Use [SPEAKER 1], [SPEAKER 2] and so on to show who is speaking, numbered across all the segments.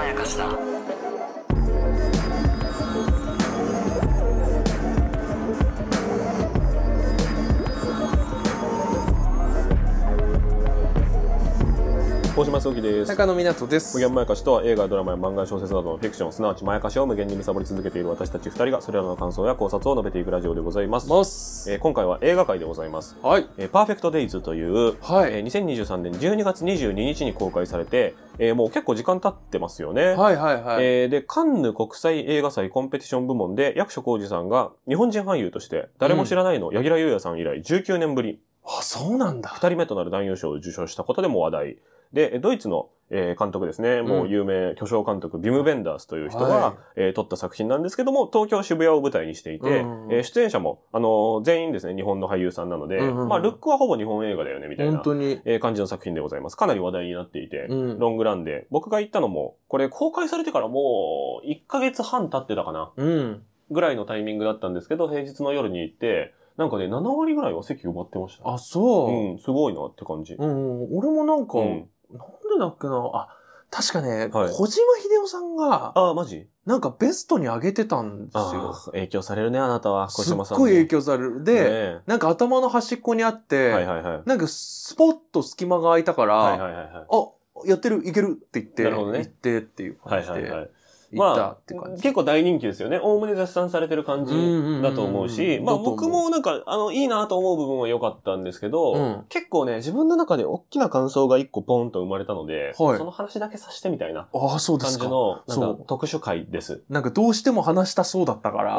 [SPEAKER 1] やかしだ。
[SPEAKER 2] 大島壮樹です。
[SPEAKER 3] 中野湊です。
[SPEAKER 2] 無限まやかしとは映画、ドラマや漫画、小説などのフィクション、すなわちまやかしを無限に貪り続けている私たち2人がそれらの感想や考察を述べていくラジオでございます。今回は映画界でございます。
[SPEAKER 3] はい。
[SPEAKER 2] パーフェクトデイズという、
[SPEAKER 3] はい。
[SPEAKER 2] 2023年12月22日に公開されて、もう結構時間経ってますよね。
[SPEAKER 3] はいはいはい。
[SPEAKER 2] で、カンヌ国際映画祭コンペティション部門で役所広司さんが日本人俳優として誰も知らないの柳楽優弥さん以来19年ぶり。
[SPEAKER 3] あ、そうなんだ。
[SPEAKER 2] 2人目となる男優賞を受賞したことでも話題。で、ドイツの、監督ですね。もう有名、巨匠監督、ビム・ベンダースという人が、撮った作品なんですけども、東京渋谷を舞台にしていて、出演者も、全員ですね、日本の俳優さんなので、まあ、ルックはほぼ日本映画だよね、みたいな、
[SPEAKER 3] 本当に
[SPEAKER 2] 感じの作品でございます。かなり話題になっていて、ロングランで、僕が行ったのも、これ公開されてからもう、1ヶ月半経ってたかな、ぐらいのタイミングだったんですけど、平日の夜に行って、なんかね、7割ぐらいは席埋まってました。
[SPEAKER 3] あ、そう。
[SPEAKER 2] すごいなって感じ。
[SPEAKER 3] 俺もなんか、なんでだっけな。あ、確かね、
[SPEAKER 2] はい、
[SPEAKER 3] 小島秀夫さんが、
[SPEAKER 2] マジ？
[SPEAKER 3] なんかベストに上げてたんですよ。
[SPEAKER 2] 影響されるね、あなたは。小島さん。
[SPEAKER 3] すっごい影響される。で、なんか頭の端っこにあって、なんかスポッと隙間が空いたから、あ、やってる、いけるって言って、
[SPEAKER 2] なるほどね、
[SPEAKER 3] 行ってっていう感じで。
[SPEAKER 2] まあ、結構大人気ですよね。おおむね絶賛されてる感じだと思うし、まあ僕もなんか、いいなと思う部分は良かったんですけど、結構ね、自分の中で大きな感想が一個ポンと生まれたので、その話だけさせてみたいな感じの、なんか特殊回です。
[SPEAKER 3] なんかどうしても話したそうだったから。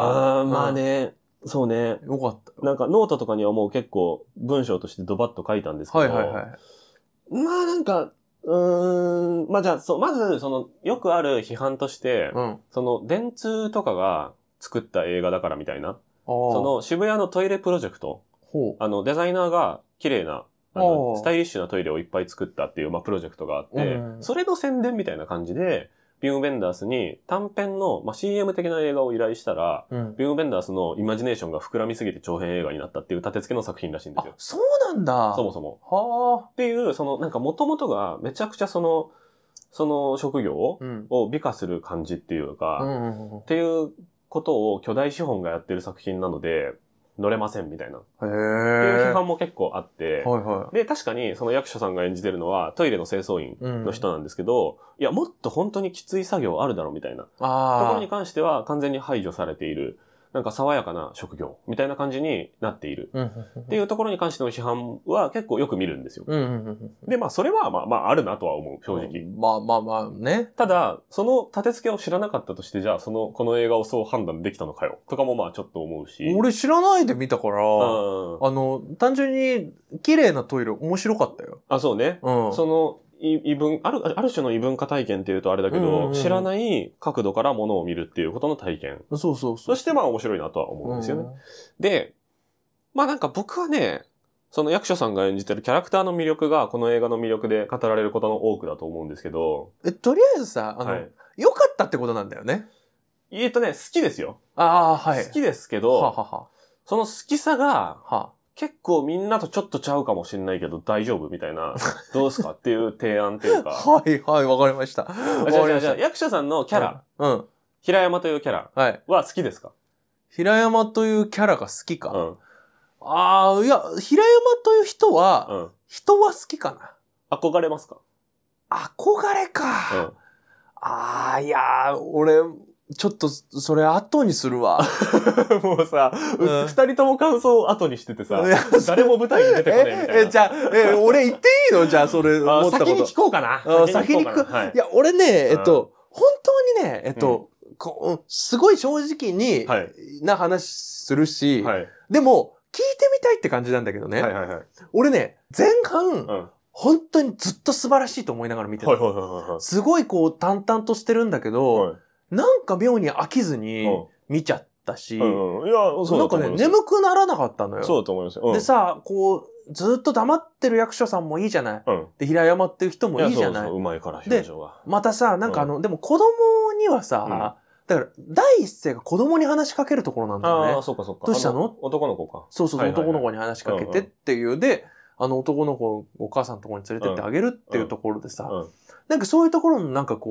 [SPEAKER 2] まあね、そうね。
[SPEAKER 3] よかった。
[SPEAKER 2] なんかノートとかにはもう結構文章としてドバッと書いたんですけど、まあなんか、まあじゃあ、まず、よくある批判として、電通とかが作った映画だからみたいな、渋谷のトイレプロジェクト、デザイナーが綺麗な、スタイリッシュなトイレをいっぱい作ったっていう、まあ、プロジェクトがあって、それの宣伝みたいな感じで、ビム・ベンダースに短編の、まあ、CM 的な映画を依頼したら、ビム・ベンダースのイマジネーションが膨らみすぎて長編映画になったっていう立て付けの作品らしいんですよ。
[SPEAKER 3] そうなんだ。
[SPEAKER 2] そもそも。はあ。っていう、なんか元々がめちゃくちゃその職業を美化する感じっていうか、っていうことを巨大資本がやってる作品なので、乗れませんみたいな。っていう批判も結構あって、で、確かにその役所さんが演じてるのはトイレの清掃員の人なんですけど、いや、もっと本当にきつい作業あるだろうみたいなところに関しては完全に排除されている。なんか爽やかな職業みたいな感じになっているっていうところに関しての批判は結構よく見るんですよ。で、まあそれはまああるなとは思う、正直。
[SPEAKER 3] まあね。
[SPEAKER 2] ただ、その立て付けを知らなかったとして、じゃあこの映画をそう判断できたのかよとかもまあちょっと思うし。
[SPEAKER 3] 俺知らないで見たから、単純に綺麗なトイレ面白かったよ。
[SPEAKER 2] あ、そうね。ある種の異文化体験っていうとあれだけど、知らない角度から物を見るっていうことの体験。そしてまあ面白いなとは思うんですよね。で、まあなんか僕はね、その役所さんが演じてるキャラクターの魅力がこの映画の魅力で語られることの多くだと思うんですけど。
[SPEAKER 3] とりあえずさ、良かったってことなんだよね。
[SPEAKER 2] 好きですよ。
[SPEAKER 3] 好
[SPEAKER 2] きですけど、その好きさが、結構みんなとちょっとちゃうかもしれないけど大丈夫みたいな、どうですかっていう提案っていうか。
[SPEAKER 3] わかりました。
[SPEAKER 2] じゃあ役所さんのキャラ、平山というキャラは好きですか？
[SPEAKER 3] 平山というキャラが好きか。いや、平山という人は、人は好きかな。
[SPEAKER 2] 憧れますか？
[SPEAKER 3] 憧れか。いや俺、ちょっと、それ後にするわ。
[SPEAKER 2] もうさ、二人とも感想を後にしててさ、誰も舞台に出てこねえみたいな。
[SPEAKER 3] じゃあ、俺言っていいの？じゃあ、それ思ったこと。
[SPEAKER 2] 先に聞こうかな。
[SPEAKER 3] 先に聞く。いや、俺ね、本当にね、すごい正直に、な話するし、でも、聞いてみたいって感じなんだけどね。俺ね、前半、本当にずっと素晴らしいと思いながら見てた。すごいこう淡々としてるんだけど、なんか妙に飽きずに見ちゃったし、なんかね、眠くならなかったのよ。
[SPEAKER 2] そうだと思いますよ。
[SPEAKER 3] でさ、こう、ずっと黙ってる役所さんもいいじゃない。で、平山っていう人もいいじゃない。
[SPEAKER 2] うまいから、表情が。
[SPEAKER 3] またさ、なんかでも子供にはさ、だから、第一声が子供に話しかけるところなんだよね。
[SPEAKER 2] そうか。
[SPEAKER 3] どうしたの？
[SPEAKER 2] 男の子か。
[SPEAKER 3] そう、男の子に話しかけてっていう。で、男の子をお母さんのところに連れてってあげるっていうところでさ、なんかそういうところのなんかこう、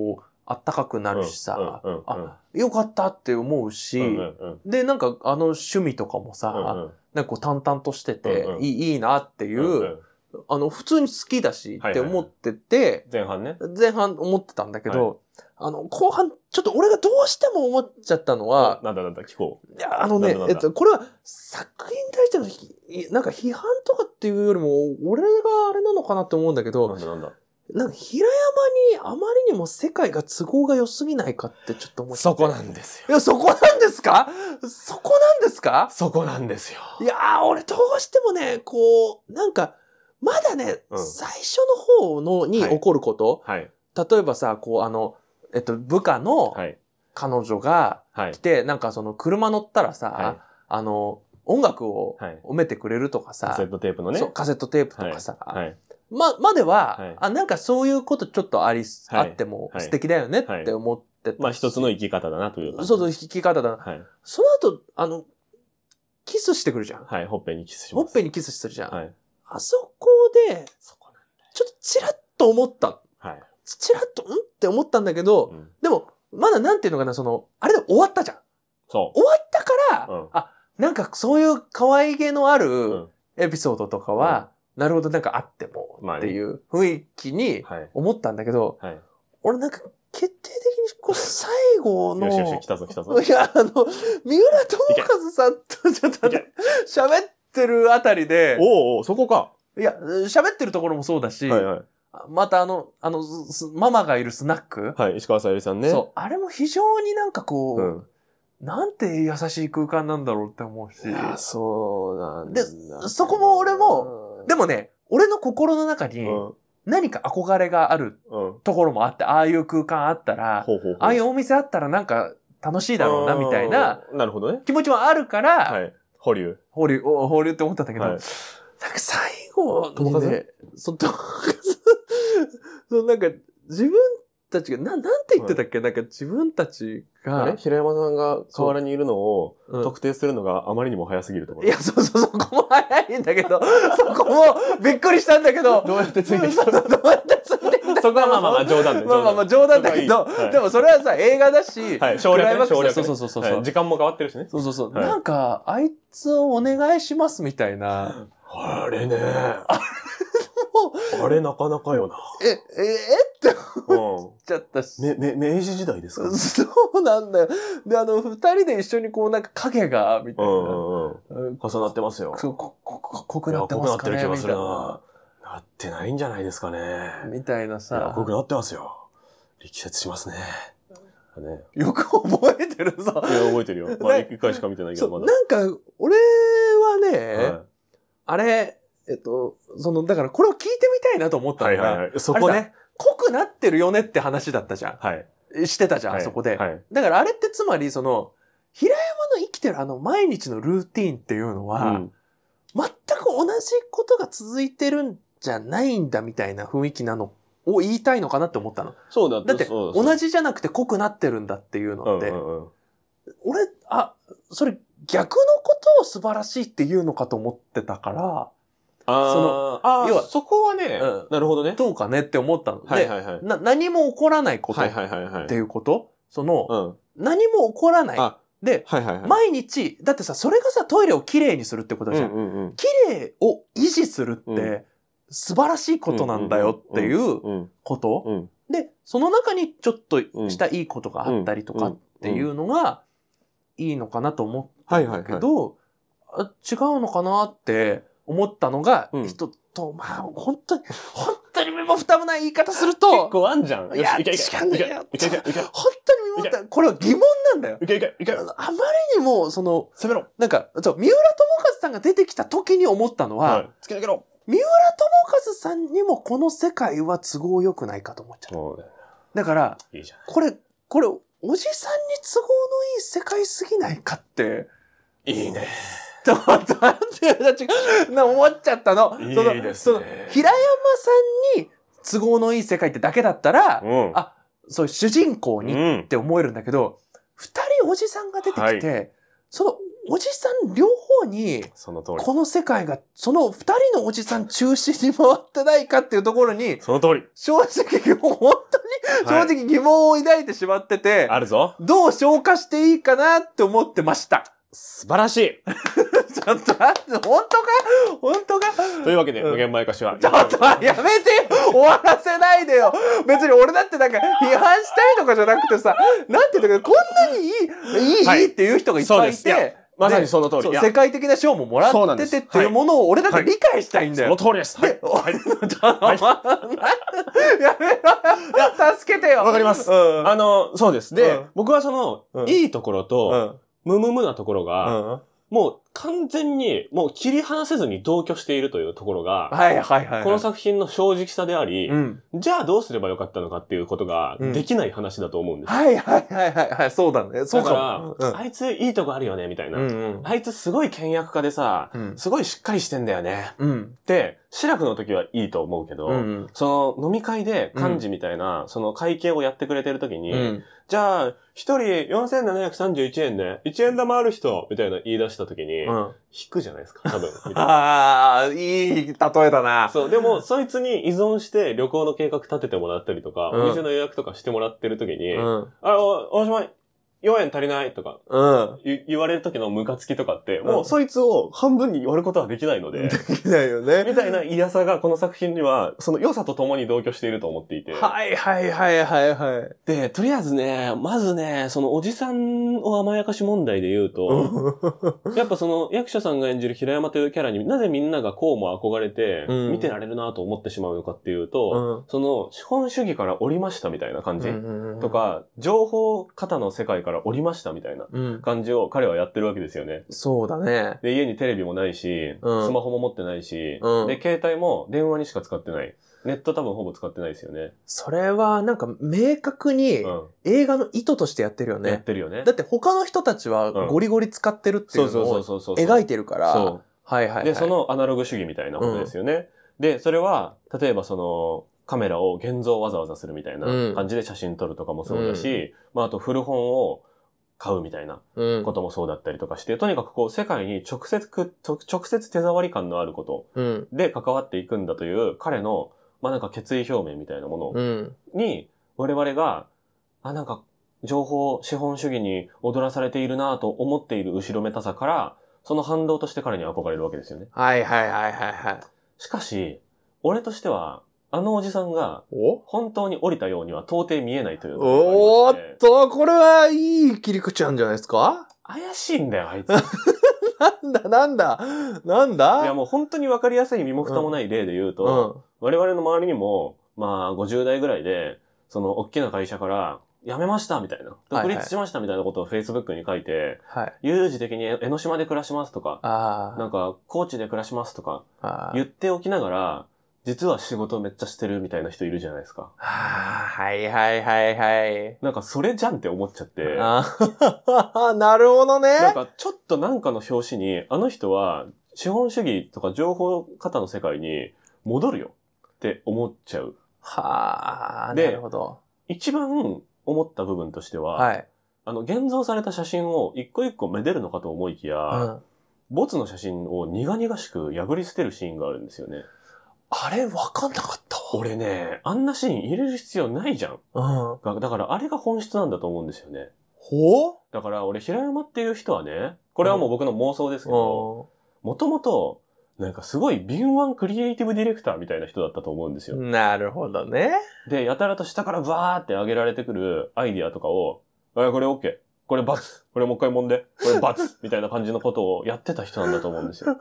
[SPEAKER 3] あったかくなるしさ、よかったって思うし、で、なんか趣味とかもさ、なんかこう淡々としてて、いいなっていう、普通に好きだしって思ってて、
[SPEAKER 2] 前
[SPEAKER 3] 半思ってたんだけど、後半、ちょっと俺がどうしても思っちゃったのは、
[SPEAKER 2] なんだ、聞こう。
[SPEAKER 3] いや、これは作品に対しての、なんか批判とかっていうよりも、俺があれなのかなって思うんだけど、なんか平山にあまりにも世界が都合が良すぎないかってちょっと思っちゃって。
[SPEAKER 2] そこなんですよ。
[SPEAKER 3] いや、そこなんですか？そこなんですか？
[SPEAKER 2] そこなんですよ。
[SPEAKER 3] いやー、俺どうしてもね、こう、なんか、まだね、最初の方に起こること、例えばさ、こう部下の彼女が来て、なんかその車乗ったらさ、音楽を埋めてくれるとかさ、
[SPEAKER 2] カセットテープのね。
[SPEAKER 3] そう、カセットテープとかさ、までは、なんかそういうことちょっとあっても素敵だよねって思ってた。
[SPEAKER 2] 一つの生き方だなというか。
[SPEAKER 3] そう、生き方だな。その後、キスしてくるじゃん。
[SPEAKER 2] ほっぺにキスします。
[SPEAKER 3] ほっぺにキスするじゃん。あそこで、ちょっとチラッと思った。チラッと、って思ったんだけど、でも、まだなんていうのかな、あれで終わったじゃん。
[SPEAKER 2] そう。
[SPEAKER 3] 終わったから、なんかそういう可愛げのあるエピソードとかは、なるほどなんかあってもっていう雰囲気に思ったんだけど、俺なんか決定的にこう最後の、
[SPEAKER 2] よし、来たぞ。
[SPEAKER 3] いや、三浦友和さんとちょっと喋ってるあたりで、
[SPEAKER 2] そこか。
[SPEAKER 3] いや、喋ってるところもそうだし、またママがいるスナック。
[SPEAKER 2] 石川さゆりさんね。
[SPEAKER 3] そう、あれも非常になんかこう、なんて優しい空間なんだろうって思うし。
[SPEAKER 2] いや、そうなんだ。
[SPEAKER 3] で、そこも俺も、でもね、俺の心の中に何か憧れがあるところもあって、ああいう空間あったら、ああいうお店あったらなんか楽しいだろうなみたいな、
[SPEAKER 2] なるほどね。
[SPEAKER 3] 気持ちもあるから、
[SPEAKER 2] 保留
[SPEAKER 3] って思ったんだけど、なんか最後にね、なんか自分たちが、なんて言ってたっけ、なんか自分たちが。
[SPEAKER 2] 平山さんが河原にいるのを特定するのがあまりにも早すぎるところ。
[SPEAKER 3] いや、そこも早いんだけど、そこもびっくりしたんだけど。
[SPEAKER 2] どうやってついてきたの？そこはまあ冗談で。
[SPEAKER 3] 冗談だけど、でもそれはさ、映画だし、
[SPEAKER 2] 省略。そう 。 時間も変わってるしね。
[SPEAKER 3] そう。なんか、あいつをお願いしますみたいな。
[SPEAKER 2] あれね。あれなかなかよな。
[SPEAKER 3] って思っちゃったし。
[SPEAKER 2] 明治時代ですか？
[SPEAKER 3] そうなんだよ。で、二人で一緒にこうなんか影が、みたいな。
[SPEAKER 2] 重なってますよ。
[SPEAKER 3] 濃くなってますかね。
[SPEAKER 2] 濃くなってる気がするな。なってないんじゃないですかね。
[SPEAKER 3] みたいなさ。
[SPEAKER 2] 濃くなってますよ。力説しますね。
[SPEAKER 3] よく覚えてるぞ。
[SPEAKER 2] いや、覚えてるよ。一回しか見てないけど、まだ。
[SPEAKER 3] なんか、俺はね、あれ、だからこれを聞いてみたいなと思ったのが、
[SPEAKER 2] そこね。
[SPEAKER 3] 濃くなってるよねって話だったじゃん。してたじゃん、そこで。だからあれってつまり、平山の生きてる毎日のルーティーンっていうのは、全く同じことが続いてるんじゃないんだみたいな雰囲気なのを言いたいのかなって思ったの。
[SPEAKER 2] そうだ。
[SPEAKER 3] だって同じじゃなくて濃くなってるんだっていうのって、俺、それ逆のことを素晴らしいっていうのかと思ってたから、
[SPEAKER 2] 要はそこはね、なるほどね。
[SPEAKER 3] どうかねって思ったので、何も起こらないことっていうこと、何も起こらない。で、毎日、だってさ、それがさ、トイレをきれいにするってことじゃん。きれいを維持するって、素晴らしいことなんだよっていうことで、その中にちょっとしたいいことがあったりとかっていうのがいいのかなと思ったんだけど、違うのかなって思ったのが、人と、本当に身も蓋もない言い方すると、
[SPEAKER 2] 結構あんじゃん。
[SPEAKER 3] いや、違うんだよ。本当に身も蓋、これは疑問なんだよ。あまりにも、
[SPEAKER 2] 攻めろ。
[SPEAKER 3] なんか、三浦友和さんが出てきた時に思ったのは、
[SPEAKER 2] 突き抜けろ。
[SPEAKER 3] 三浦友和さんにもこの世界は都合良くないかと思っちゃう。だから、これ、おじさんに都合のいい世界すぎないかって。
[SPEAKER 2] いいね。
[SPEAKER 3] 思っちゃったの。
[SPEAKER 2] いいですね。
[SPEAKER 3] 平山さんに都合のいい世界ってだけだったら、そういう主人公にって思えるんだけど、二人おじさんが出てきて、 おじさん両方に、
[SPEAKER 2] その通り。
[SPEAKER 3] この世界が、その二人のおじさん中心に回ってないかっていうところに、
[SPEAKER 2] その通り。
[SPEAKER 3] 正直、本当に、正直疑問を抱いてしまってて、
[SPEAKER 2] あるぞ。
[SPEAKER 3] どう消化していいかなって思ってました。
[SPEAKER 2] 素晴らしい。
[SPEAKER 3] ちょっと待って、本当か
[SPEAKER 2] というわけで、無限前歌詞は。
[SPEAKER 3] ちょっとやめてよ終わらせないでよ別に俺だってなんか批判したいとかじゃなくてさ、なんていうんだけど、こんなにいいっていう人がいっぱいいて、
[SPEAKER 2] まさにその通り。
[SPEAKER 3] 世界的な賞ももらっててっていうものを俺だって理解したいんだよ。
[SPEAKER 2] その通りです。はい。
[SPEAKER 3] やめろ助けてよ。
[SPEAKER 2] わかります。そうです。で、僕はその、いいところと、無なところが、もう完全にもう切り離せずに同居しているというところが、この作品の正直さであり、じゃあどうすればよかったのかっていうことができない話だと思うんです。
[SPEAKER 3] そうだね。
[SPEAKER 2] そうか。だから、あいついいとこあるよね、みたいな。あいつすごい倹約家でさ、すごいしっかりしてんだよね。で、志らくの時はいいと思うけど、その飲み会で幹事みたいな、その会計をやってくれてる時に、じゃあ、一人4731円ね。1円玉ある人みたいな言い出した時に、引くじゃないですか、多分。
[SPEAKER 3] いい例えだな。
[SPEAKER 2] そう、でも、そいつに依存して旅行の計画立ててもらったりとか、お店の予約とかしてもらってる時に、おしまい。4円足りないとか、言われる時のムカつきとかって、もうそいつを半分に言われることはできないので。
[SPEAKER 3] できないよね。
[SPEAKER 2] みたいな嫌さがこの作品には、その良さと共に同居していると思っていて。で、とりあえずね、まずね、そのおじさんを甘やかし問題で言うと、やっぱその役者さんが演じる平山というキャラになぜみんながこうも憧れて、見てられるなと思ってしまうのかっていうと、その資本主義から降りましたみたいな感じとか、情報型の世界から降りましたみたいな感じを彼はやってるわけですよね。
[SPEAKER 3] そうだね。
[SPEAKER 2] で、家にテレビもないし、スマホも持ってないし、で、携帯も電話にしか使ってない。ネット多分ほぼ使ってないですよね。
[SPEAKER 3] それはなんか明確に映画の意図としてやってるよね。
[SPEAKER 2] やってるよね。
[SPEAKER 3] だって他の人たちはゴリゴリ使ってるっていうのを描いてるから。
[SPEAKER 2] で、そのアナログ主義みたいなことですよね。で、それは、例えばその、カメラを現像わざわざするみたいな感じで写真撮るとかもそうだし、まああと古本を買うみたいなこともそうだったりとかして、とにかくこう世界に直接手触り感のあることで関わっていくんだという彼のまあなんか決意表明みたいなものに我々が、なんか情報資本主義に踊らされているなと思っている後ろめたさから、その反動として彼に憧れるわけですよね。しかし、俺としては、あのおじさんが、本当に降りたようには到底見えないというところがありまして。
[SPEAKER 3] これはいい切り口なんじゃないですか？
[SPEAKER 2] 怪しいんだよ、あいつ。
[SPEAKER 3] なんだ
[SPEAKER 2] いやもう本当にわかりやすい身も蓋もない例で言うと、我々の周りにも、まあ50代ぐらいで、その大きな会社から辞めましたみたいな、独立しましたみたいなことを Facebook に書いて、有事的に江ノ島で暮らしますとか、なんか高知で暮らしますとか、言っておきながら、実は仕事めっちゃしてるみたいな人いるじゃないですか。なんかそれじゃんって思っちゃって。
[SPEAKER 3] なるほどね。
[SPEAKER 2] なんかちょっとなんかの表紙に、あの人は資本主義とか情報型の世界に戻るよって思っちゃう。
[SPEAKER 3] なるほど。
[SPEAKER 2] 一番思った部分としては、現像された写真を一個一個めでるのかと思いきや、ボツの写真を苦々しく破り捨てるシーンがあるんですよね。
[SPEAKER 3] あれ分かんなかったわ。
[SPEAKER 2] 俺ね、あんなシーン入れる必要ないじゃん。だからあれが本質なんだと思うんですよね。だから俺平山っていう人はね、これはもう僕の妄想ですけど、もともと、なんかすごい敏腕クリエイティブディレクターみたいな人だったと思うんですよ。
[SPEAKER 3] なるほどね。
[SPEAKER 2] で、やたらと下からバーって上げられてくるアイディアとかを、これ OK。これ×。これもう一回揉んで。これ×。みたいな感じのことをやってた人なんだと思うんですよ。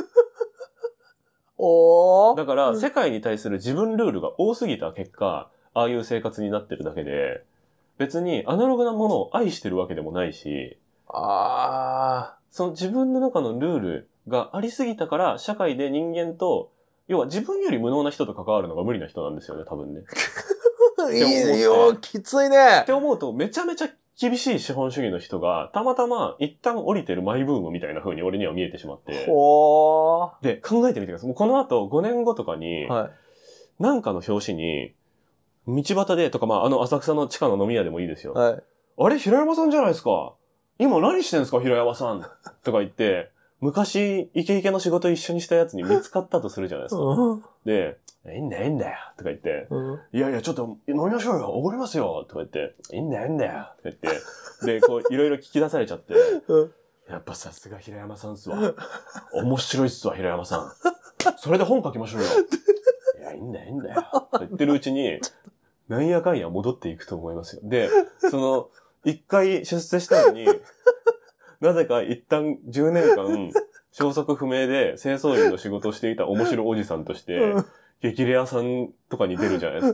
[SPEAKER 2] だから、世界に対する自分ルールが多すぎた結果、ああいう生活になってるだけで、別にアナログなものを愛してるわけでもないし、その自分の中のルールがありすぎたから、社会で人間と、要は自分より無能な人と関わるのが無理な人なんですよね、多分ね。
[SPEAKER 3] いいよ、きついね。
[SPEAKER 2] って思うと、めちゃめちゃ厳しい資本主義の人が、たまたま一旦降りてるマイブームみたいな風に俺には見えてしまって。で、考えてみてください。もうこの後5年後とかに、なんかの表紙に、道端でとか、まあ、浅草の地下の飲み屋でもいいですよ。あれ、平山さんじゃないですか。 今何してんすか、平山さんとか言って、昔、イケイケの仕事一緒にしたやつに見つかったとするじゃないですか。で、いいんだよ、いいんだよ、とか言って、いやいや、ちょっと飲みましょうよ、おごりますよ、とか言って、いいんだよ、いいんだよ、とか言って、で、こう、いろいろ聞き出されちゃって、やっぱさすが平山さんっすわ。面白いっすわ、平山さん。それで本書きましょうよ。いや、いいんだよ、いいんだよ。と言ってるうちに、なんやかんや戻っていくと思いますよ。で、一回出世したのに、なぜか一旦10年間、消息不明で清掃員の仕事をしていた面白おじさんとして、激レアさんとかに出るじゃないですか。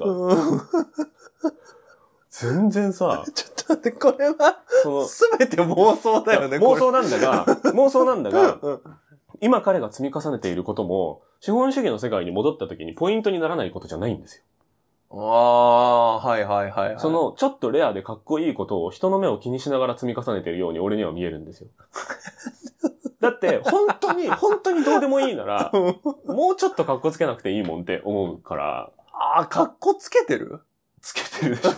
[SPEAKER 2] 全然さ、
[SPEAKER 3] ちょっと待って、これは、すべて妄想だよね。
[SPEAKER 2] 妄想なんだが、今彼が積み重ねていることも、資本主義の世界に戻った時にポイントにならないことじゃないんですよ。
[SPEAKER 3] はいはいはい、
[SPEAKER 2] ちょっとレアでかっこいいことを人の目を気にしながら積み重ねているように俺には見えるんですよ。だって、本当にどうでもいいなら、もうちょっとかっこつけなくていいもんって思うから。
[SPEAKER 3] かっこつけてる？
[SPEAKER 2] つけてるでしょ。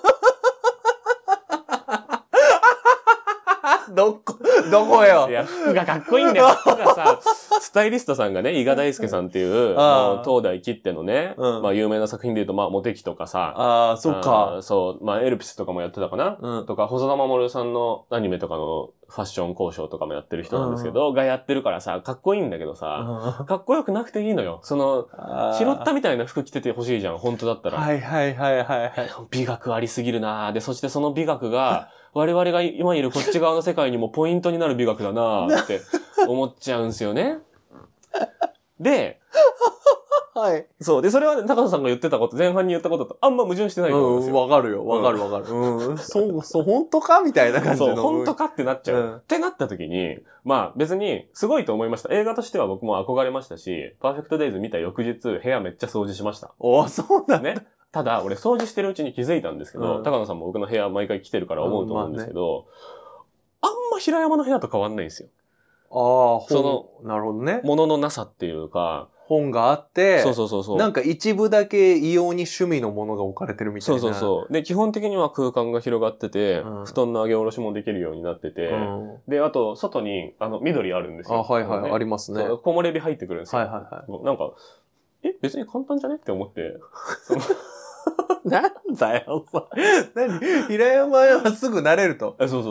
[SPEAKER 3] どこよ。
[SPEAKER 2] いや、服がかっこいいんだよ。服がさ、スタイリストさんがね、伊賀大輔さんっていう、東大切手のね、まあ有名な作品で言うと、まあモテキとかさ、
[SPEAKER 3] そっか。
[SPEAKER 2] そう、まあエルピスとかもやってたかな、とか、細田守さんのアニメとかのファッション交渉とかもやってる人なんですけど、がやってるからさ、かっこいいんだけどさ、かっこよくなくていいのよ。拾ったみたいな服着ててほしいじゃん、本当だったら。
[SPEAKER 3] はいはいはいはい。
[SPEAKER 2] 美学ありすぎるなぁ。で、そしてその美学が、我々が今いるこっち側の世界にもポイントになる美学だなぁって思っちゃうんすよね。で、
[SPEAKER 3] はい。
[SPEAKER 2] そう。で、それはね、高野さんが言ってたこと、前半に言ったこととあんま矛盾してないと思うんですよ。
[SPEAKER 3] わかるよ。わかる。そう、本当かみたいな感じの。
[SPEAKER 2] そう、本当かってなっちゃう。ってなった時に、まあ別に、すごいと思いました。映画としては僕も憧れましたし、パーフェクトデイズ見た翌日、部屋めっちゃ掃除しました。
[SPEAKER 3] そうだね。
[SPEAKER 2] ただ、俺掃除してるうちに気づいたんですけど、高野さんも僕の部屋毎回来てるから思うと思うんですけど、あんま平山の部屋と変わんないんですよ。
[SPEAKER 3] なるほどね。
[SPEAKER 2] 物のなさっていうか、
[SPEAKER 3] 本があって、
[SPEAKER 2] そう。
[SPEAKER 3] なんか一部だけ異様に趣味のものが置かれてるみたいな。
[SPEAKER 2] そう。で、基本的には空間が広がってて、布団の上げ下ろしもできるようになってて、で、あと、外に、緑あるんですよ。
[SPEAKER 3] はい、ありますね。
[SPEAKER 2] 木漏れ日入ってくるんですよ。
[SPEAKER 3] はい。
[SPEAKER 2] なんか、別に簡単じゃねって思って、
[SPEAKER 3] なんだよ、平山はすぐ慣れると。
[SPEAKER 2] そう。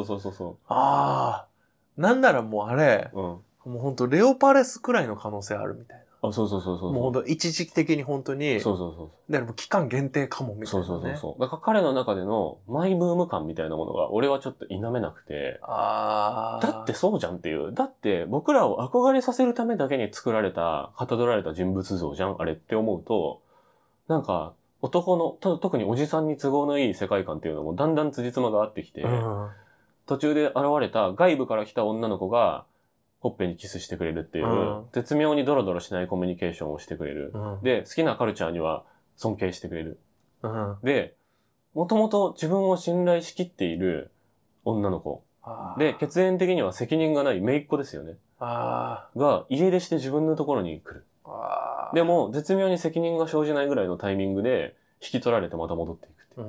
[SPEAKER 3] なんならもうあれ、もうほんとレオパレスくらいの可能性あるみたいな。
[SPEAKER 2] そう。
[SPEAKER 3] もうほんと一時期的に本当に。
[SPEAKER 2] そう。
[SPEAKER 3] だからもう期間限定かもみたいな、ね。
[SPEAKER 2] そう。だから彼の中でのマイブーム感みたいなものが俺はちょっと否めなくて。だってそうじゃんっていう。だって僕らを憧れさせるためだけに作られた、かたどられた人物像じゃんあれって思うと、なんか男の、特におじさんに都合のいい世界観っていうのもだんだん辻褄が合ってきて、途中で現れた外部から来た女の子が、ほっぺにキスしてくれるっていう、絶妙にドロドロしないコミュニケーションをしてくれる。で、好きなカルチャーには尊敬してくれる。で、もともと自分を信頼しきっている女の子。で、血縁的には責任がない姪っ子ですよね。が、家出して自分のところに来る。でも、絶妙に責任が生じないぐらいのタイミングで、引き取られてまた戻っていくっていう。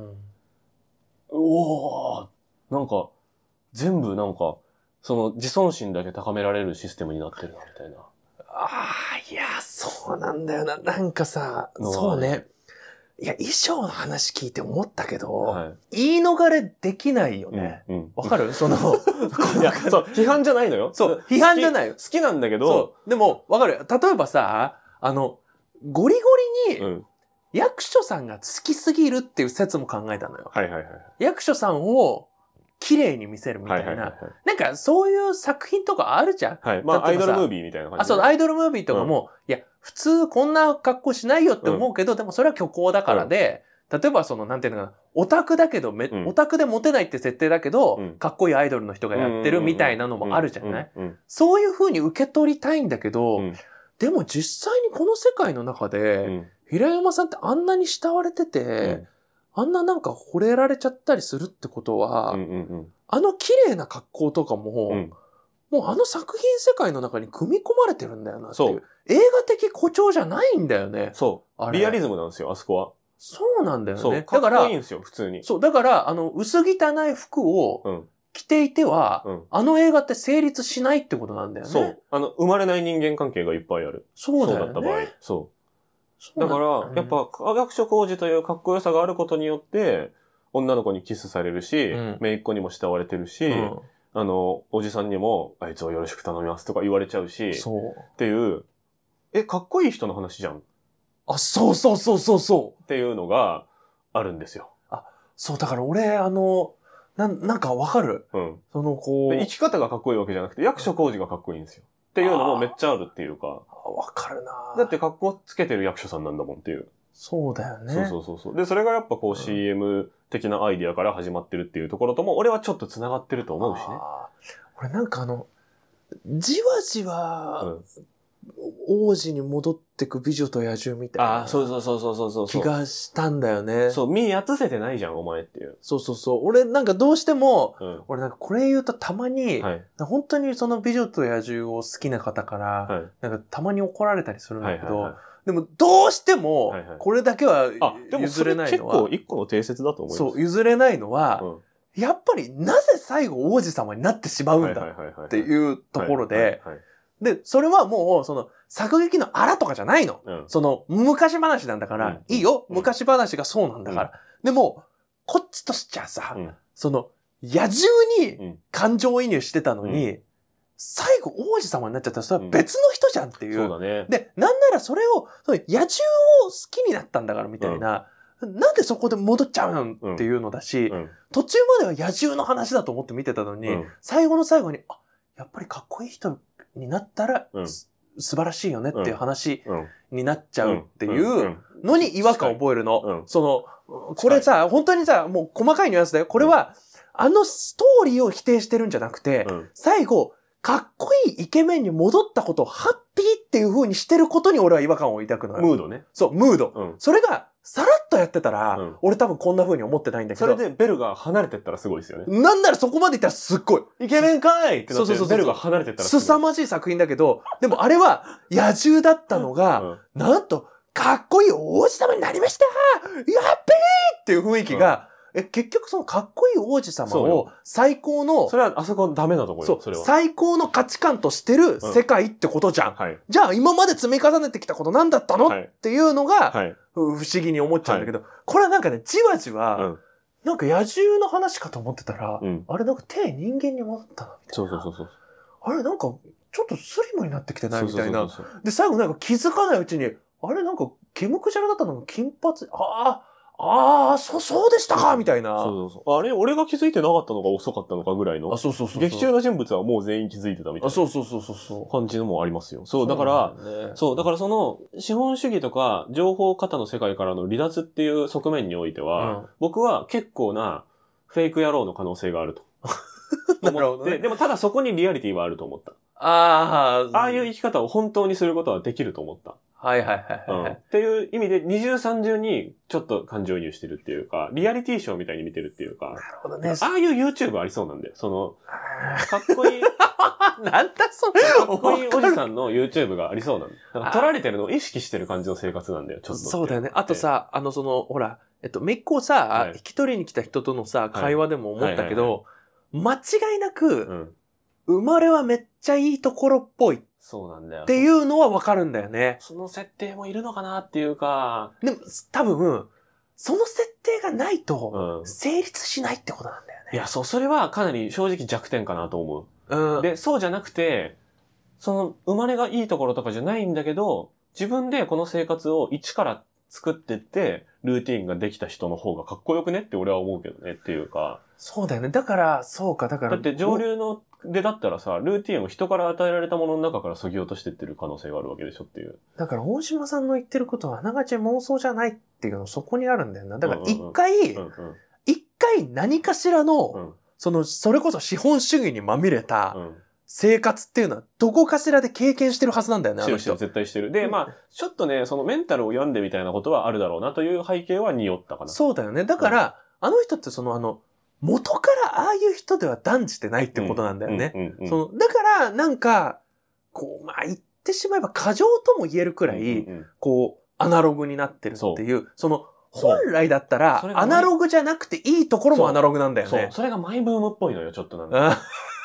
[SPEAKER 2] なんか、全部なんか、自尊心だけ高められるシステムになってるな、みたいな。
[SPEAKER 3] いや、そうなんだよな。なんかさ、そうね。いや、衣装の話聞いて思ったけど、言い逃れできないよね。わかる？いや、そう、
[SPEAKER 2] 批判じゃないのよ。
[SPEAKER 3] そう、批判じゃないよ。
[SPEAKER 2] 好きなんだけど。
[SPEAKER 3] でも、わかる？例えばさ、ゴリゴリに、役所さんが好きすぎるっていう説も考えたのよ。役所さんを綺麗に見せるみたいな。なんかそういう作品とかあるじゃん。
[SPEAKER 2] まあアイドルムービーみたいな感じ。
[SPEAKER 3] そう、アイドルムービーとかも、いや、普通こんな格好しないよって思うけど、でもそれは虚構だからで、例えばなんていうのかな、オタクだけど、オタクでモテないって設定だけど、かっこいいアイドルの人がやってるみたいなのもあるじゃない？そういう風に受け取りたいんだけど、でも実際にこの世界の中で、平山さんってあんなに慕われてて、あんななんか惚れられちゃったりするってことは、あの綺麗な格好とかも、もうあの作品世界の中に組み込まれてるんだよなっていう。映画的誇張じゃないんだよね。
[SPEAKER 2] リアリズムなんですよ、あそこは。
[SPEAKER 3] そうなんだよね。
[SPEAKER 2] かっこいいんですよ、普通に。
[SPEAKER 3] だから、薄汚い服をきていては、あの映画って成立しないってことなんだよね。
[SPEAKER 2] そう。生まれない人間関係がいっぱいある。
[SPEAKER 3] そうだよね。
[SPEAKER 2] そうだった場合。そう。だから、やっぱ、役所広司というかっこよさがあることによって、女の子にキスされるし、姪っ子にも慕われてるし、おじさんにも、あいつをよろしく頼みますとか言われちゃうし、っていう、かっこいい人の話じゃん。
[SPEAKER 3] あ、そう。
[SPEAKER 2] っていうのがあるんですよ。
[SPEAKER 3] そう、だから俺、なんかわかる。
[SPEAKER 2] 生き方がかっこいいわけじゃなくて、役所広司がかっこいいんですよ。っていうのもめっちゃあるっていうか。
[SPEAKER 3] わかるな。
[SPEAKER 2] だって格好つけてる役所さんなんだもんっていう。
[SPEAKER 3] そうだよね。
[SPEAKER 2] そう。で、それがやっぱCM 的なアイディアから始まってるっていうところとも、俺はちょっと繋がってると思うしね。
[SPEAKER 3] 俺なんかじわじわ、王子に戻ってく美女と野獣みたいな。
[SPEAKER 2] そう。
[SPEAKER 3] 気がしたんだよね。
[SPEAKER 2] そう、身やつせてないじゃん、お前っていう。
[SPEAKER 3] そう。俺なんかどうしても、俺なんかこれ言うとたまに、本当にその美女と野獣を好きな方から、なんかたまに怒られたりするんだけど、でもどうしても、これだけは譲れないのは。
[SPEAKER 2] 結構一個の定説だと思います。
[SPEAKER 3] そう、譲れないのは、やっぱりなぜ最後王子様になってしまうんだっていうところで、で、それはもう、作劇のあらとかじゃないの。昔話なんだから、いいよ。昔話がそうなんだから。でも、こっちとしちゃさ、野獣に感情移入してたのに、最後王子様になっちゃったら、それは別の人じゃんっていう。
[SPEAKER 2] そうだね。
[SPEAKER 3] で、なんならそれを、野獣を好きになったんだからみたいな、なんでそこで戻っちゃうのっていうのだし、途中までは野獣の話だと思って見てたのに、最後の最後に、やっぱりかっこいい人になったら、素晴らしいよねっていう話になっちゃうっていうのに違和感を覚えるの。これさ、本当にさ、もう細かいニュアンスだよ。これは、ストーリーを否定してるんじゃなくて、最後、かっこいいイケメンに戻ったことをハッピーっていう風にしてることに俺は違和感を抱くのよ。
[SPEAKER 2] ムードね。
[SPEAKER 3] そう、ムード。それが、さらっとやってたら、俺多分こんな風に思ってないんだけど。
[SPEAKER 2] それでベルが離れてったらすごいですよね。
[SPEAKER 3] なんならそこまでいったらすっごい。
[SPEAKER 2] イケメンかいってなってベルが離れてったら
[SPEAKER 3] 凄まじい作品だけど、でもあれは野獣だったのが、なんと、かっこいい王子様になりましたやっべーっていう雰囲気が、結局そのかっこいい王子様を最高の、
[SPEAKER 2] それはあそこダメなところよ、それは。
[SPEAKER 3] 最高の価値観としてる世界ってことじゃん。じゃあ今まで積み重ねてきたことなんだったのっていうのが、不思議に思っちゃうんだけど、これはなんかね、じわじわ、なんか野獣の話かと思ってたら、あれなんか手人間に戻ったな、みたいな。
[SPEAKER 2] そう。
[SPEAKER 3] あれなんか、ちょっとスリムになってきてないみたいな。で、最後なんか気づかないうちに、あれなんか、ケムクジャラだったのが金髪、そうでしたかみたいな。
[SPEAKER 2] あれ俺が気づいてなかったのが遅かったのかぐらいの。
[SPEAKER 3] そう。
[SPEAKER 2] 劇中の人物はもう全員気づいてたみたいな。
[SPEAKER 3] そう。
[SPEAKER 2] 感じのもありますよ。そう、だから、だからその、資本主義とか、情報過多の世界からの離脱っていう側面においては、僕は結構な、フェイク野郎の可能性があると。なるほどね。でもただそこにリアリティはあると思った。ああいう生き方を本当にすることはできると思った。
[SPEAKER 3] はい。
[SPEAKER 2] っていう意味で二重三重にちょっと感情移入してるっていうか、リアリティショーみたいに見てるっていうか。
[SPEAKER 3] なるほどね。
[SPEAKER 2] ああいう YouTube ありそうなんだよ。かっこいい。
[SPEAKER 3] なんだそれ。
[SPEAKER 2] かっこいいおじさんの YouTube がありそうなんだよ。だから撮られてるのを意識してる感じの生活なんだよ、ちょっと。
[SPEAKER 3] そうだよね。あとさ、ほら、めっこをさ、引き取りに来た人とのさ、会話でも思ったけど、間違いなく、生まれはめっちゃいいところっぽい。
[SPEAKER 2] そうなんだよ。
[SPEAKER 3] っていうのはわかるんだよね。
[SPEAKER 2] その設定もいるのかなっていうか。
[SPEAKER 3] でも、多分、その設定がないと、成立しないってことなんだよね。
[SPEAKER 2] いや、それはかなり正直弱点かなと思う。で、そうじゃなくて、生まれがいいところとかじゃないんだけど、自分でこの生活を一から作ってって、ルーティーンができた人の方がかっこよくねって俺は思うけどねっていうか。
[SPEAKER 3] そうだよね。だから、
[SPEAKER 2] だって上流のだったらさ、ルーティーンを人から与えられたものの中から削ぎ落としてってる可能性があるわけでしょっていう。
[SPEAKER 3] だから大島さんの言ってることはあながち妄想じゃないっていうのそこにあるんだよな。だから一回何かしらの、それこそ資本主義にまみれた、生活っていうのはどこかしらで経験してるはずなんだよね、あの人。
[SPEAKER 2] 絶対してる。で、ちょっとね、メンタルを病んでみたいなことはあるだろうなという背景は匂ったかな。
[SPEAKER 3] そうだよね。だから、あの人って元からああいう人では断じてないってことなんだよね。だから、なんか、言ってしまえば過剰とも言えるくらい、アナログになってるっていう、 本来だったら、アナログじゃなくていいところもアナログなんだよね。
[SPEAKER 2] そう。それがマイブームっぽいのよ、ちょっとなんだ。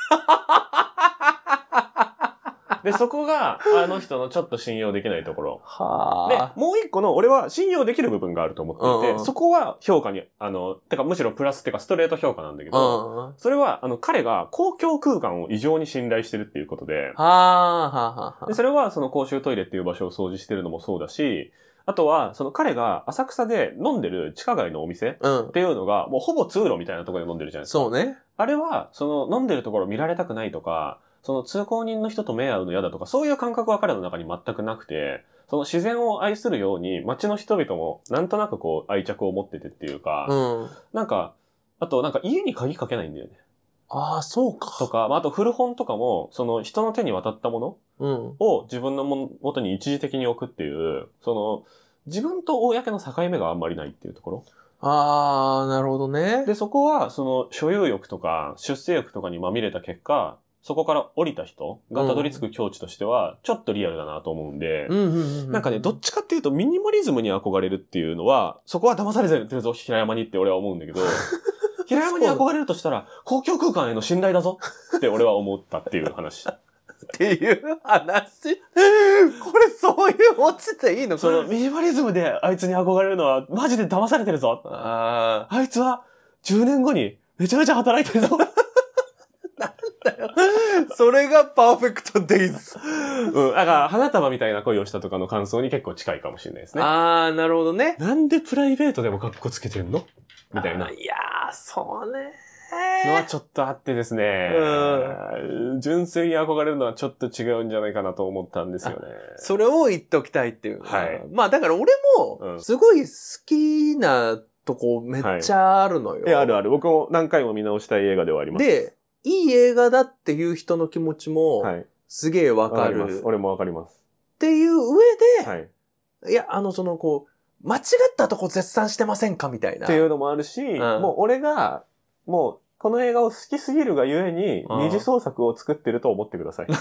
[SPEAKER 2] で、そこが、あの人のちょっと信用できないところ。はで、もう一個の、俺は信用できる部分があると思っていて、そこは評価に、てかむしろプラスってかストレート評価なんだけど、それは、彼が公共空間を異常に信頼してるっていうことで、でそれは、その公衆トイレっていう場所を掃除してるのもそうだし、あとは、その彼が浅草で飲んでる地下街のお店っていうのが、もうほぼ通路みたいなところで飲んでるじゃないですか。
[SPEAKER 3] そうね。
[SPEAKER 2] あれは、その飲んでるところを見られたくないとか、その通行人の人と目合うの嫌だとか、そういう感覚は彼の中に全くなくて、その自然を愛するように街の人々もなんとなくこう愛着を持っててっていうか、なんか、あとなんか家に鍵かけないんだよね。
[SPEAKER 3] ああ、そうか。
[SPEAKER 2] とか、あと古本とかも、その人の手に渡ったものを自分の元に一時的に置くっていう、その自分と公の境目があんまりないっていうところ。
[SPEAKER 3] ああ、なるほどね。
[SPEAKER 2] で、そこはその所有欲とか出世欲とかにまみれた結果、そこから降りた人がたどり着く境地としては、ちょっとリアルだなと思うんで、なんかね、どっちかっていうとミニマリズムに憧れるっていうのは、そこは騙されてるぞ、平山にって俺は思うんだけど、平山に憧れるとしたら、公共空間への信頼だぞって俺は思ったっていう話。
[SPEAKER 3] っていう話これそういうオチでいいの？
[SPEAKER 2] そのミニマリズムであいつに憧れるのはマジで騙されてるぞ。あいつは10年後にめちゃめちゃ働いてるぞ。
[SPEAKER 3] なんだよ。それがパーフェクトデイズ。
[SPEAKER 2] だから花束みたいな恋をしたとかの感想に結構近いかもしれないですね。
[SPEAKER 3] ああ、なるほどね。
[SPEAKER 2] なんでプライベートでもカッコつけてんのみたいな。
[SPEAKER 3] いやー、そうね。
[SPEAKER 2] のはちょっとあってですね。純粋に憧れるのはちょっと違うんじゃないかなと思ったんですよね。
[SPEAKER 3] それを言っておきたいっていう。
[SPEAKER 2] はい。
[SPEAKER 3] まあだから俺も、すごい好きなとこめっちゃあるのよ。
[SPEAKER 2] あるある。僕も何回も見直したい映画ではあります。
[SPEAKER 3] で、いい映画だっていう人の気持ちも、すげえわかる。
[SPEAKER 2] 俺もわかります。
[SPEAKER 3] っていう上で、いや、こう、間違ったとこ絶賛してませんかみたいな。
[SPEAKER 2] っていうのもあるし、もう俺が、もう、この映画を好きすぎるがゆえに、二次創作を作ってると思ってください。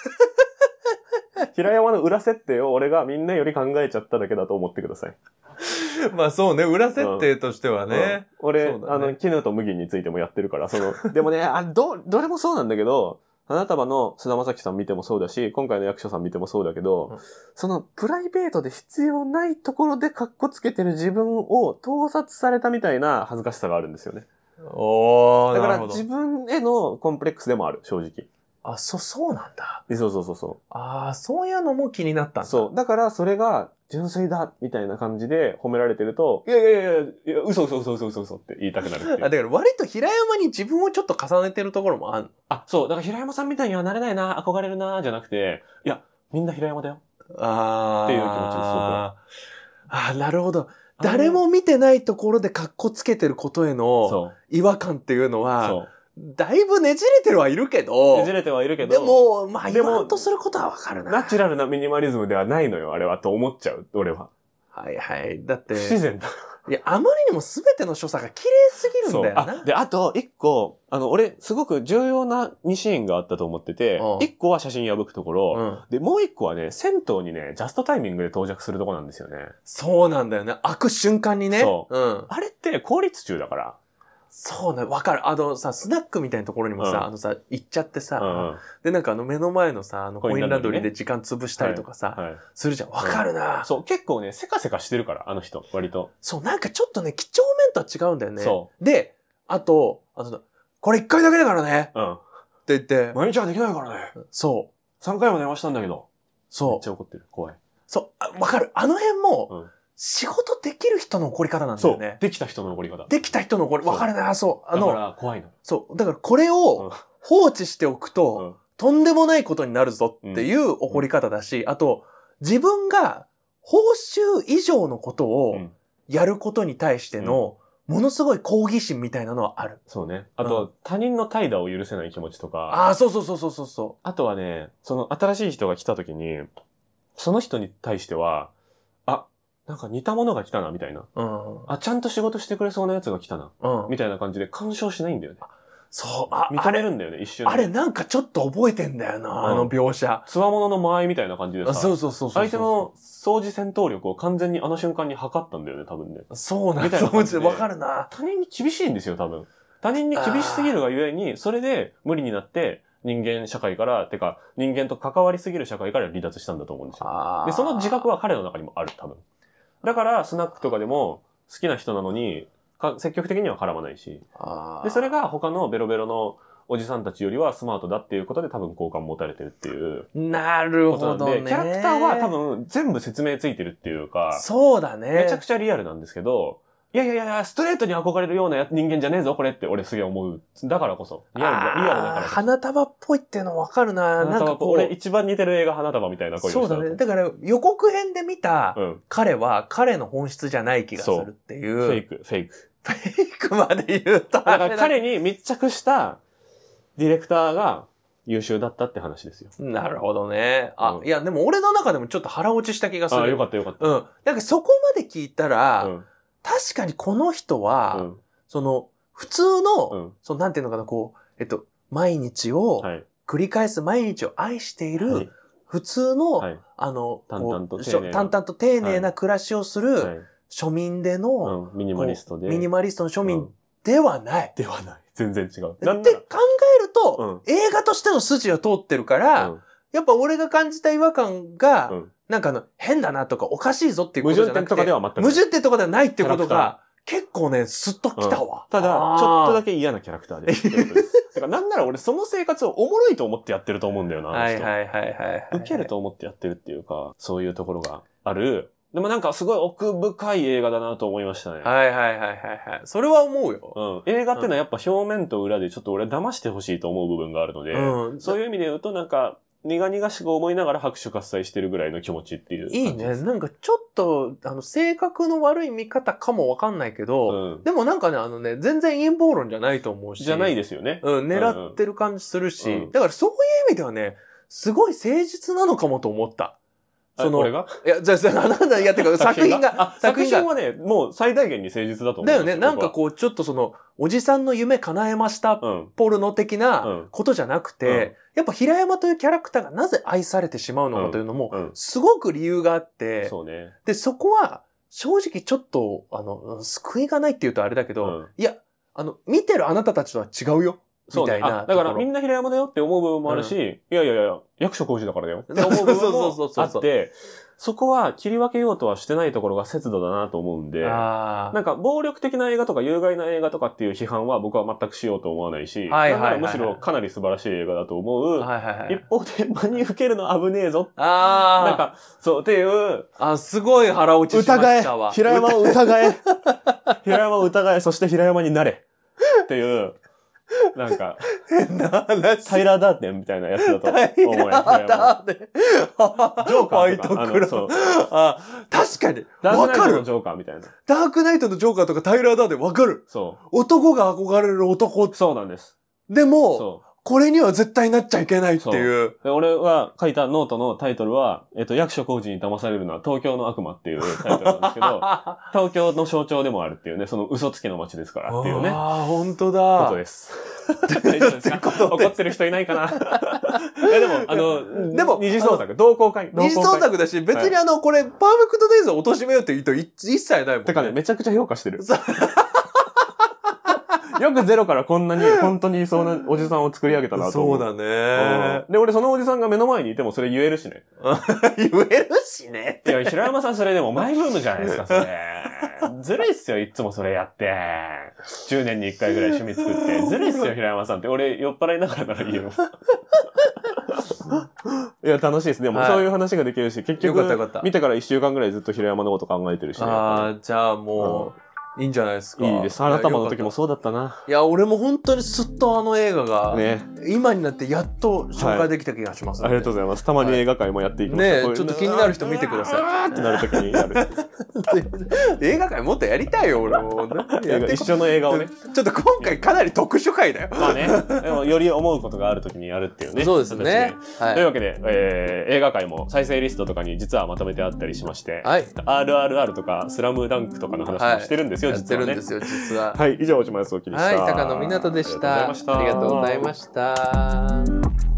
[SPEAKER 2] 平山の裏設定を俺がみんなより考えちゃっただけだと思ってください。
[SPEAKER 3] まあそうね、裏設定としてはね。
[SPEAKER 2] 俺、絹と麦についてもやってるから、でもね、どれもそうなんだけど、花束の菅田将暉さん見てもそうだし、今回の役所さん見てもそうだけど、そのプライベートで必要ないところでカッコつけてる自分を盗撮されたみたいな恥ずかしさがあるんですよね。だから自分へのコンプレックスでもある、正直。
[SPEAKER 3] あ、そうなんだ。
[SPEAKER 2] そう。
[SPEAKER 3] ああ、そういうのも気になったんだ。
[SPEAKER 2] そう。だからそれが純粋だ、みたいな感じで褒められてると、いや、嘘って言いたくなるっていう。
[SPEAKER 3] だから割と平山に自分をちょっと重ねてるところもある。
[SPEAKER 2] そう。だから平山さんみたいにはなれないな、憧れるな、じゃなくて、いや、みんな平山だよ。っていう気持ちです、僕は。
[SPEAKER 3] なるほど。誰も見てないところでカッコつけてることへの違和感っていうのは、だいぶねじれてはいるけど。
[SPEAKER 2] ねじれてはいるけど。
[SPEAKER 3] でも、まあ言わんとすることはわかるな。
[SPEAKER 2] ナチュラルなミニマリズムではないのよ、あれは、と思っちゃう、俺は。
[SPEAKER 3] はいはい。だって。
[SPEAKER 2] 不自然だ。
[SPEAKER 3] いや、あまりにも全ての所作が綺麗すぎるんだよな。
[SPEAKER 2] で、あと、一個、俺、すごく重要な2シーンがあったと思ってて、一個は写真破くところ、で、もう一個はね、銭湯にね、ジャストタイミングで到着するところなんですよね。
[SPEAKER 3] そうなんだよね。開く瞬間にね。
[SPEAKER 2] そう。あれって効率中だから。
[SPEAKER 3] そうね、わかる。スナックみたいなところにもさ、行っちゃってさ、で、なんか目の前のさ、コインランドリーで時間潰したりとかさ、するじゃん。わかるな。
[SPEAKER 2] そう、結構ね、せかせかしてるから、あの人、割と。
[SPEAKER 3] そう、なんかちょっとね、几帳面とは違うんだよね。そう。で、あと、これ1回だけだからね。って言って。
[SPEAKER 2] 毎日はできないからね。
[SPEAKER 3] そう。
[SPEAKER 2] 3回も電話したんだけど。
[SPEAKER 3] そう。
[SPEAKER 2] めっちゃ怒ってる。怖い。
[SPEAKER 3] そう、わかる。あの辺も、仕事できる人の怒り方なんだよね。
[SPEAKER 2] そう。できた人の怒り方。
[SPEAKER 3] できた人の怒り、わかるな、そう。
[SPEAKER 2] だから怖いの。
[SPEAKER 3] そう。だからこれを放置しておくと、とんでもないことになるぞっていう怒り方だし、あと、自分が報酬以上のことをやることに対しての、ものすごい抗議心みたいなのはある。
[SPEAKER 2] そうね。あと、他人の怠惰を許せない気持ちとか。
[SPEAKER 3] そう。
[SPEAKER 2] あとはね、新しい人が来た時に、その人に対しては、なんか似たものが来たな、みたいな。ちゃんと仕事してくれそうなやつが来たな。みたいな感じで干渉しないんだよね。
[SPEAKER 3] そう、
[SPEAKER 2] 認めるんだよね、一瞬。
[SPEAKER 3] あれなんかちょっと覚えてんだよな、あの描写。
[SPEAKER 2] つわものの間合いみたいな感じでさ。
[SPEAKER 3] そう。
[SPEAKER 2] 相手の掃除戦闘力を完全にあの瞬間に測ったんだよね、多分ね。
[SPEAKER 3] そうなんだ。わかるな。
[SPEAKER 2] 他人に厳しいんですよ、多分。他人に厳しすぎるがゆえに、それで無理になって、人間社会から、てか、人間と関わりすぎる社会から離脱したんだと思うんですよ。で、その自覚は彼の中にもある、多分。だから、スナックとかでも、好きな人なのに、積極的には絡まないし。で、それが他のベロベロのおじさんたちよりはスマートだっていうことで多分好感持たれてるっていうことなんで。
[SPEAKER 3] なるほどね。
[SPEAKER 2] キャラクターは多分全部説明ついてるっていうか。
[SPEAKER 3] そうだね。
[SPEAKER 2] めちゃくちゃリアルなんですけど、いや、ストレートに憧れるような人間じゃねえぞ、これって俺すげえ思う。だからこそ。リアルだからこそ。
[SPEAKER 3] 花束っぽいっていうの分かるな。
[SPEAKER 2] なんか俺一番似てる映画花束みたいな声をした。
[SPEAKER 3] そうだね。だから予告編で見た彼は彼の本質じゃない気がするっていう。
[SPEAKER 2] フェイク。フェイ
[SPEAKER 3] クまで言うと。
[SPEAKER 2] だから彼に密着したディレクターが優秀だったって話ですよ。
[SPEAKER 3] なるほどね。いやでも俺の中でもちょっと腹落ちした気がする。
[SPEAKER 2] よかった。
[SPEAKER 3] なんかそこまで聞いたら、確かにこの人は、その、普通の、その、なんていうのかな、こう、毎日を、繰り返す毎日を愛している、普通の、淡々と丁寧な暮らしをする、庶民での、
[SPEAKER 2] ミニマリストの
[SPEAKER 3] 庶民ではない。
[SPEAKER 2] 全然違う。
[SPEAKER 3] って考えると、映画としての筋は通ってるから、やっぱ俺が感じた違和感が、なんか変だなとかおかしいぞっていうことじゃなくて。
[SPEAKER 2] 矛盾点とかでは全くない。
[SPEAKER 3] 矛盾点とかではないってことが、結構ね、スッときたわ。
[SPEAKER 2] ただ、ちょっとだけ嫌なキャラクターです。だからなんなら俺その生活をおもろいと思ってやってると思うんだよな、あの人。受けると思ってやってるっていうか、そういうところがある。でもなんかすごい奥深い映画だなと思いましたね。
[SPEAKER 3] それは思うよ。
[SPEAKER 2] 映画っていうのはやっぱ表面と裏でちょっと俺騙してほしいと思う部分があるので、そういう意味で言うとなんか、苦々しく思いながら拍手喝采してるぐらいの気持ちっていう。
[SPEAKER 3] いいね。なんかちょっと、性格の悪い見方かもわかんないけど、でもなんかね、全然陰謀論じゃないと思うし。
[SPEAKER 2] じゃないですよね。
[SPEAKER 3] 狙ってる感じするし、だからそういう意味ではね、すごい誠実なのかもと思った。
[SPEAKER 2] これが
[SPEAKER 3] いや、じゃあ、なんだ、いや、てか、作品
[SPEAKER 2] はね、もう最大限に誠実だと思う。
[SPEAKER 3] だよね。なんかこう、ちょっとおじさんの夢叶えました、ポルノ的なことじゃなくて、やっぱ平山というキャラクターがなぜ愛されてしまうのかというのも、すごく理由があって、で、そこは、正直ちょっと、救いがないって言うとあれだけど、いや、見てるあなたたちとは違うよ。みたいな。
[SPEAKER 2] だからみんな平山だよって思う部分もあるし、いや、役所広司だからだよって思う部分もあって、そこは切り分けようとはしてないところが節度だなと思うんで、なんか暴力的な映画とか有害な映画とかっていう批判は僕は全くしようと思わないし、むしろかなり素晴らしい映画だと思う。一方で真に受けるの危ねえぞ。なんか、そうっていう。
[SPEAKER 3] すごい腹落ちしましたわ。
[SPEAKER 2] 平山を疑え。平山を疑え、そして平山になれ。っていう。なんか、
[SPEAKER 3] 変な話。
[SPEAKER 2] タイラー・ダーテンみたいなやつだと思うよ。
[SPEAKER 3] タイラー・ダーテン。
[SPEAKER 2] ジョーカーとか。
[SPEAKER 3] 確かに。
[SPEAKER 2] ダークナイトのジョーカーみたいな。
[SPEAKER 3] ダークナイトのジョーカーとかタイラー・ダーテンわかる。男が憧れる男。
[SPEAKER 2] そうなんです。
[SPEAKER 3] でも、これには絶対なっちゃいけないっていう。
[SPEAKER 2] 俺は書いたノートのタイトルは、役所広司に騙されるのは東京の悪魔っていうタイトルなんですけど、東京の象徴でもあるっていうね、その嘘つきの街ですからっていうね。
[SPEAKER 3] 本当だ。
[SPEAKER 2] ことです。大丈夫ですか？怒ってる人いないかな？でも、二次創作、同好会。
[SPEAKER 3] 二次創作だし、別にこれ、パーフェクトデイズを貶めようって言うと一切ないもん。
[SPEAKER 2] てかね、めちゃくちゃ評価してる。よくゼロからこんなに本当にいそうなおじさんを作り上げたなと思う。
[SPEAKER 3] そうだね。
[SPEAKER 2] で、俺そのおじさんが目の前にいてもそれ言えるしね。
[SPEAKER 3] 言えるしね。
[SPEAKER 2] いや、平山さんそれでもマイブームじゃないですか、それ。ずるいっすよ、いつもそれやって。10年に1回ぐらい趣味作って。ずるいっすよ、平山さんって。俺酔っ払いながらなら言えよ。いや、楽しいですね。もうそういう話ができるし、結局、見てから1週間ぐらいずっと平山のこと考えてるしね。
[SPEAKER 3] じゃあもう、いいんじゃないですか。
[SPEAKER 2] いいです。花束の時もそうだったな。
[SPEAKER 3] いや、俺も本当にすっと映画が、今になってやっと紹介できた気がします、
[SPEAKER 2] ありがとうございます。たまに映画界もやっていきます。
[SPEAKER 3] ちょっと気になる人見てください。
[SPEAKER 2] ってなる時にやる。
[SPEAKER 3] 映画界もっとやりたいよ、俺も。
[SPEAKER 2] 一緒の映画をね。
[SPEAKER 3] ちょっと今回かなり特殊回だよ。
[SPEAKER 2] まあね。でもより思うことがある時にやるっていうね。
[SPEAKER 3] そうですね。
[SPEAKER 2] というわけで、映画界も再生リストとかに実はまとめてあったりしまして、
[SPEAKER 3] RRR
[SPEAKER 2] とかスラムダンクとかの話もしてるんですですよ、
[SPEAKER 3] やってるんですよ、実は。
[SPEAKER 2] はい、以上、大島康之でした。
[SPEAKER 3] はい、高野湊でした。ありがとうございました。